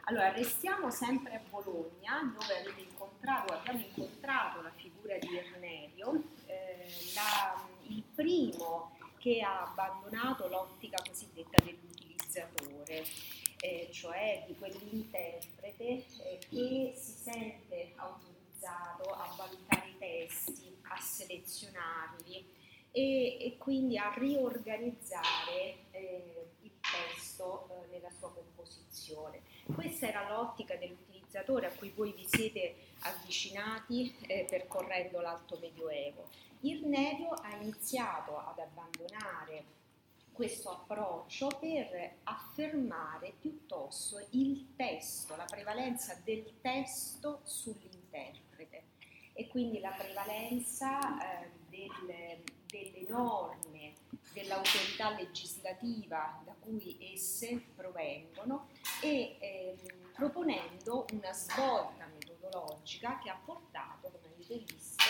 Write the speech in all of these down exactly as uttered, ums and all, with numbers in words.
Allora, restiamo sempre a Bologna, dove avete incontrato, abbiamo incontrato la figura di Irnerio, eh, la, il primo che ha abbandonato l'ottica cosiddetta dell'utilizzatore, eh, cioè di quell'interprete eh, che si sente autorizzato a valutare i testi, a selezionarli e, e quindi a riorganizzare eh, il testo eh, nella sua composizione. Questa era l'ottica dell'utilizzatore a cui voi vi siete avvicinati eh, percorrendo l'Alto Medioevo. Irnerio ha iniziato ad abbandonare questo approccio per affermare piuttosto il testo, la prevalenza del testo sull'interprete e quindi la prevalenza eh, del, delle norme, dell'autorità legislativa da cui esse provengono e eh, proponendo una svolta metodologica che ha portato, come avete visto,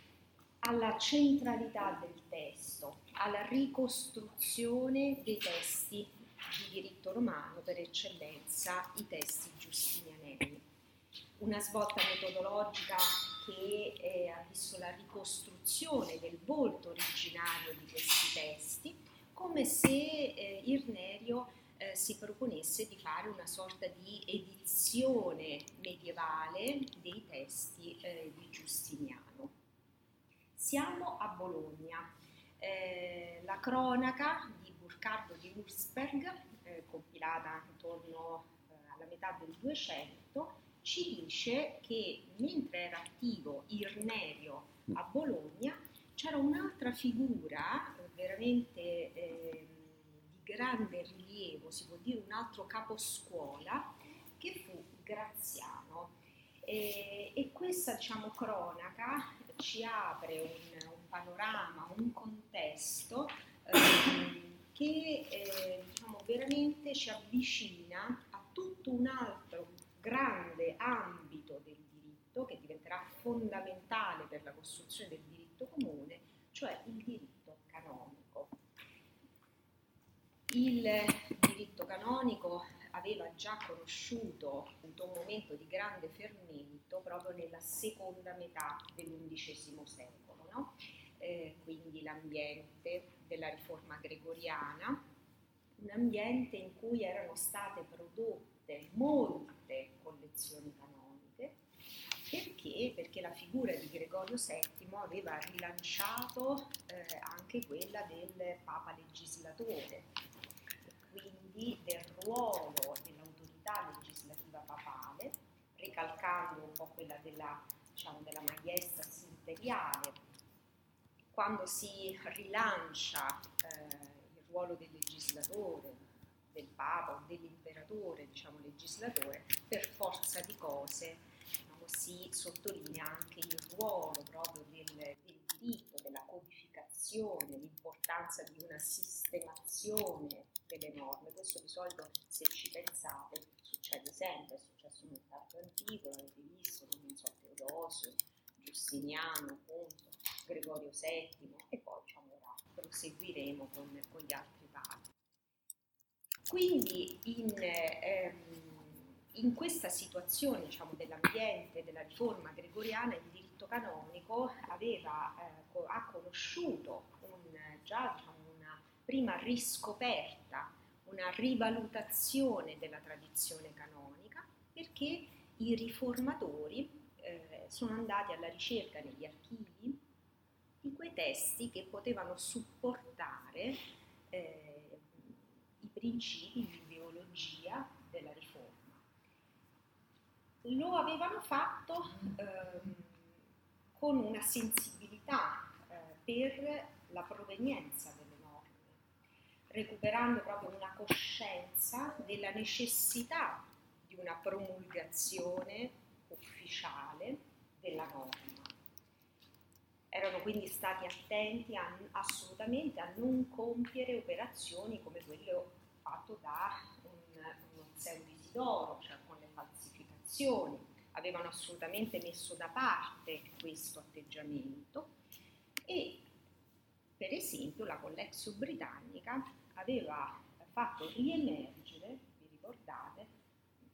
alla centralità del testo, alla ricostruzione dei testi di diritto romano, per eccellenza i testi giustinianei. Una svolta metodologica che eh, ha visto la ricostruzione del volto originario di questi testi, come se eh, Irnerio eh, si proponesse di fare una sorta di edizione medievale dei testi eh, di Giustiniano. Siamo a Bologna. Eh, la cronaca di Burcardo di Wurzburg, eh, compilata intorno eh, alla metà del duecento, ci dice che mentre era attivo Irnerio a Bologna c'era un'altra figura eh, veramente eh, di grande rilievo, si può dire un altro caposcuola, che fu Graziano. E, e questa, diciamo, cronaca ci apre un, un panorama, un contesto eh, che eh, diciamo, veramente ci avvicina a tutto un altro grande ambito del diritto che diventerà fondamentale per la costruzione del diritto comune, cioè il diritto canonico. Il diritto canonico aveva già conosciuto un momento di grande fermento proprio nella seconda metà dell'undicesimo secolo, no? Eh, quindi l'ambiente della riforma gregoriana, un ambiente in cui erano state prodotte molte collezioni canoniche. Perché? Perché la figura di Gregorio settimo aveva rilanciato eh, anche quella del Papa legislatore, quindi del ruolo dell'autorità legislativa papale, ricalcando un po' quella della, diciamo, della maiestas imperiale. Quando si rilancia eh, il ruolo del legislatore, del Papa o dell'imperatore, diciamo legislatore, per forza di cose diciamo, si sottolinea anche il ruolo proprio del, del diritto, della codificazione, l'importanza di una sistemazione delle norme. Questo di solito, se ci pensate, succede sempre, è successo nel tardo antico, l'avete visto, non so, Teodosio, Giustiniano, appunto, Gregorio settimo e poi diciamo, ora proseguiremo con, con gli altri papi. Quindi in, ehm, in questa situazione diciamo, dell'ambiente della riforma gregoriana il diritto canonico aveva, eh, ha conosciuto un, già diciamo, una prima riscoperta, una rivalutazione della tradizione canonica, perché i riformatori eh, sono andati alla ricerca negli archivi di quei testi che potevano supportare eh, i principi di ideologia della riforma. Lo avevano fatto ehm, con una sensibilità eh, per la provenienza delle norme, recuperando proprio una coscienza della necessità di una promulgazione ufficiale della norma. Erano quindi stati attenti a, assolutamente a non compiere operazioni come quello fatto da un, uno Zeu di Isidoro, cioè con le falsificazioni. Avevano assolutamente messo da parte questo atteggiamento e, per esempio, la Collectio Britannica aveva fatto riemergere, vi ricordate, questi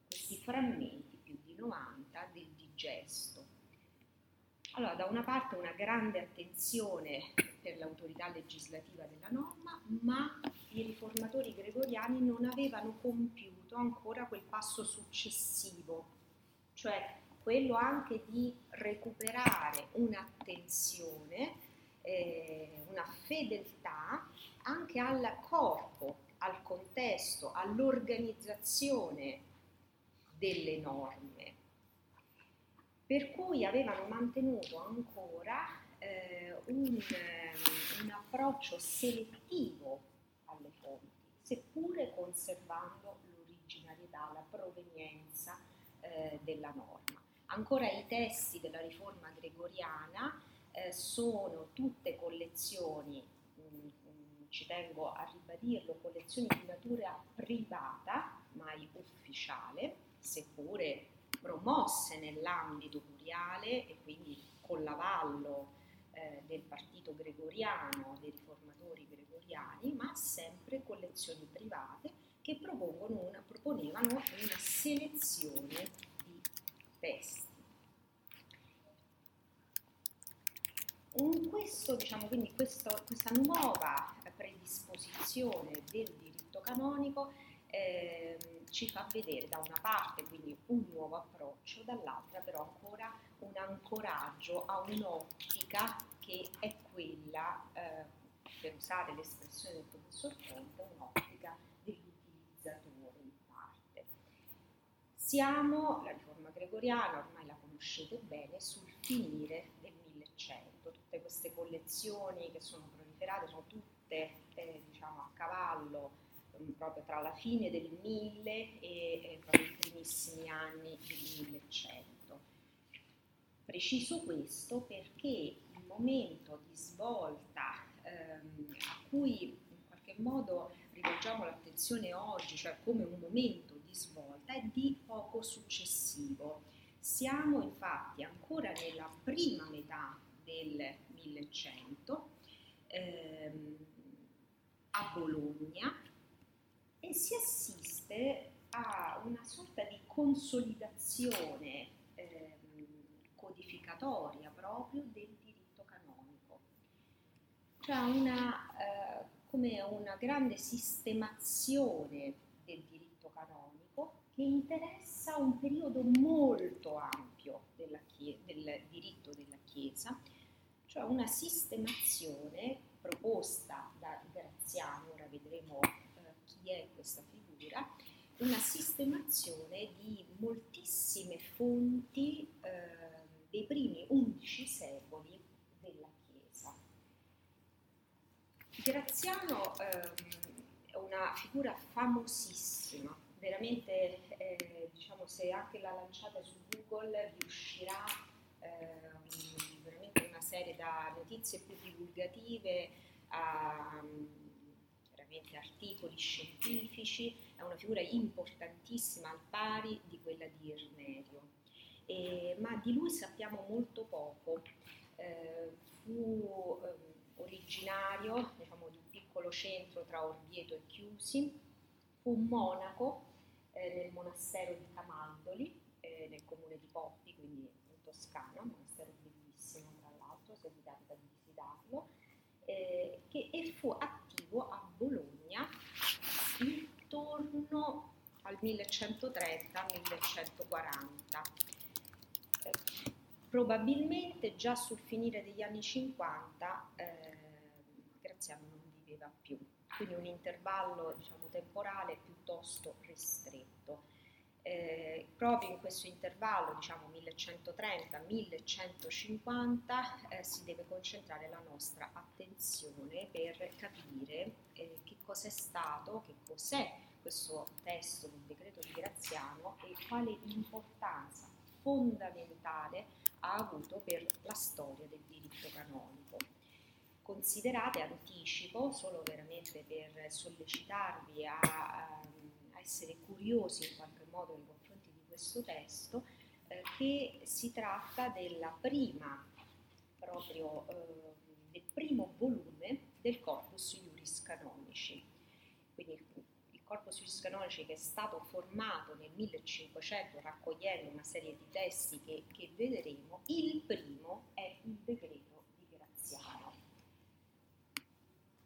frammenti, più di novanta, del Digesto. Allora, da una parte una grande attenzione per l'autorità legislativa della norma, ma i riformatori gregoriani non avevano compiuto ancora quel passo successivo, cioè quello anche di recuperare un'attenzione, eh, una fedeltà anche al corpo, al contesto, all'organizzazione delle norme. Per cui avevano mantenuto ancora eh, un, un approccio selettivo alle fonti, seppure conservando l'originalità, la provenienza eh, della norma. Ancora i testi della riforma gregoriana eh, sono tutte collezioni, mh, mh, ci tengo a ribadirlo, collezioni di natura privata, mai ufficiale, seppure promosse nell'ambito curiale e quindi con l'avallo eh, del partito gregoriano, dei riformatori gregoriani, ma sempre collezioni private che propongono una, proponevano una selezione di testi. In questo, diciamo, quindi questo, questa nuova predisposizione del diritto canonico eh, ci fa vedere da una parte quindi un nuovo approccio, dall'altra però ancora un ancoraggio a un'ottica che è quella, eh, per usare l'espressione del professor Conte, un'ottica dell'utilizzatore in parte. Siamo, la riforma gregoriana, ormai la conoscete bene, sul finire del millecento. Tutte queste collezioni che sono proliferate sono tutte eh, diciamo, a cavallo proprio tra la fine del mille e, e proprio i primissimi anni del millecento. Preciso questo perché il momento di svolta ehm, a cui in qualche modo rivolgiamo l'attenzione oggi, cioè come un momento di svolta, è di poco successivo. Siamo infatti ancora nella prima metà del millecento ehm, a Bologna, e si assiste a una sorta di consolidazione eh, codificatoria proprio del diritto canonico, cioè una, eh, come una grande sistemazione del diritto canonico che interessa un periodo molto ampio della chie- del diritto della Chiesa, cioè una sistemazione proposta da Graziano, ora vedremo chi è questa figura, una sistemazione di moltissime fonti eh, dei primi undici secoli della Chiesa. Graziano eh, è una figura famosissima, veramente, eh, diciamo, se anche la lanciate su Google vi uscirà eh, veramente una serie da notizie più divulgative a articoli scientifici, è una figura importantissima al pari di quella di Irnerio, e, ma di lui sappiamo molto poco. Eh, fu eh, originario, diciamo, di un piccolo centro tra Orvieto e Chiusi, fu un monaco eh, nel monastero di Camaldoli, eh, nel comune di Poppi, quindi in Toscana, un monastero bellissimo tra l'altro, se vi capita di visitarlo, eh, che, e fu attivo a Bologna intorno al millecentotrenta millecentoquaranta. Eh, probabilmente già sul finire degli anni cinquanta eh, Graziano non viveva più, quindi un intervallo, diciamo, temporale piuttosto ristretto. Eh, proprio in questo intervallo, diciamo millecentotrenta millecentocinquanta, eh, si deve concentrare la nostra attenzione per capire eh, che cos'è stato, che cos'è questo testo del decreto di Graziano e quale importanza fondamentale ha avuto per la storia del diritto canonico. Considerate, anticipo, solo veramente per sollecitarvi a, a, a essere curiosi in qualche modo nei confronti di questo testo, eh, che si tratta della prima, proprio eh, del primo volume del Corpus Iuris Canonici. Quindi il Corpus Iuris Canonici, che è stato formato nel millecinquecento raccogliendo una serie di testi che, che vedremo, il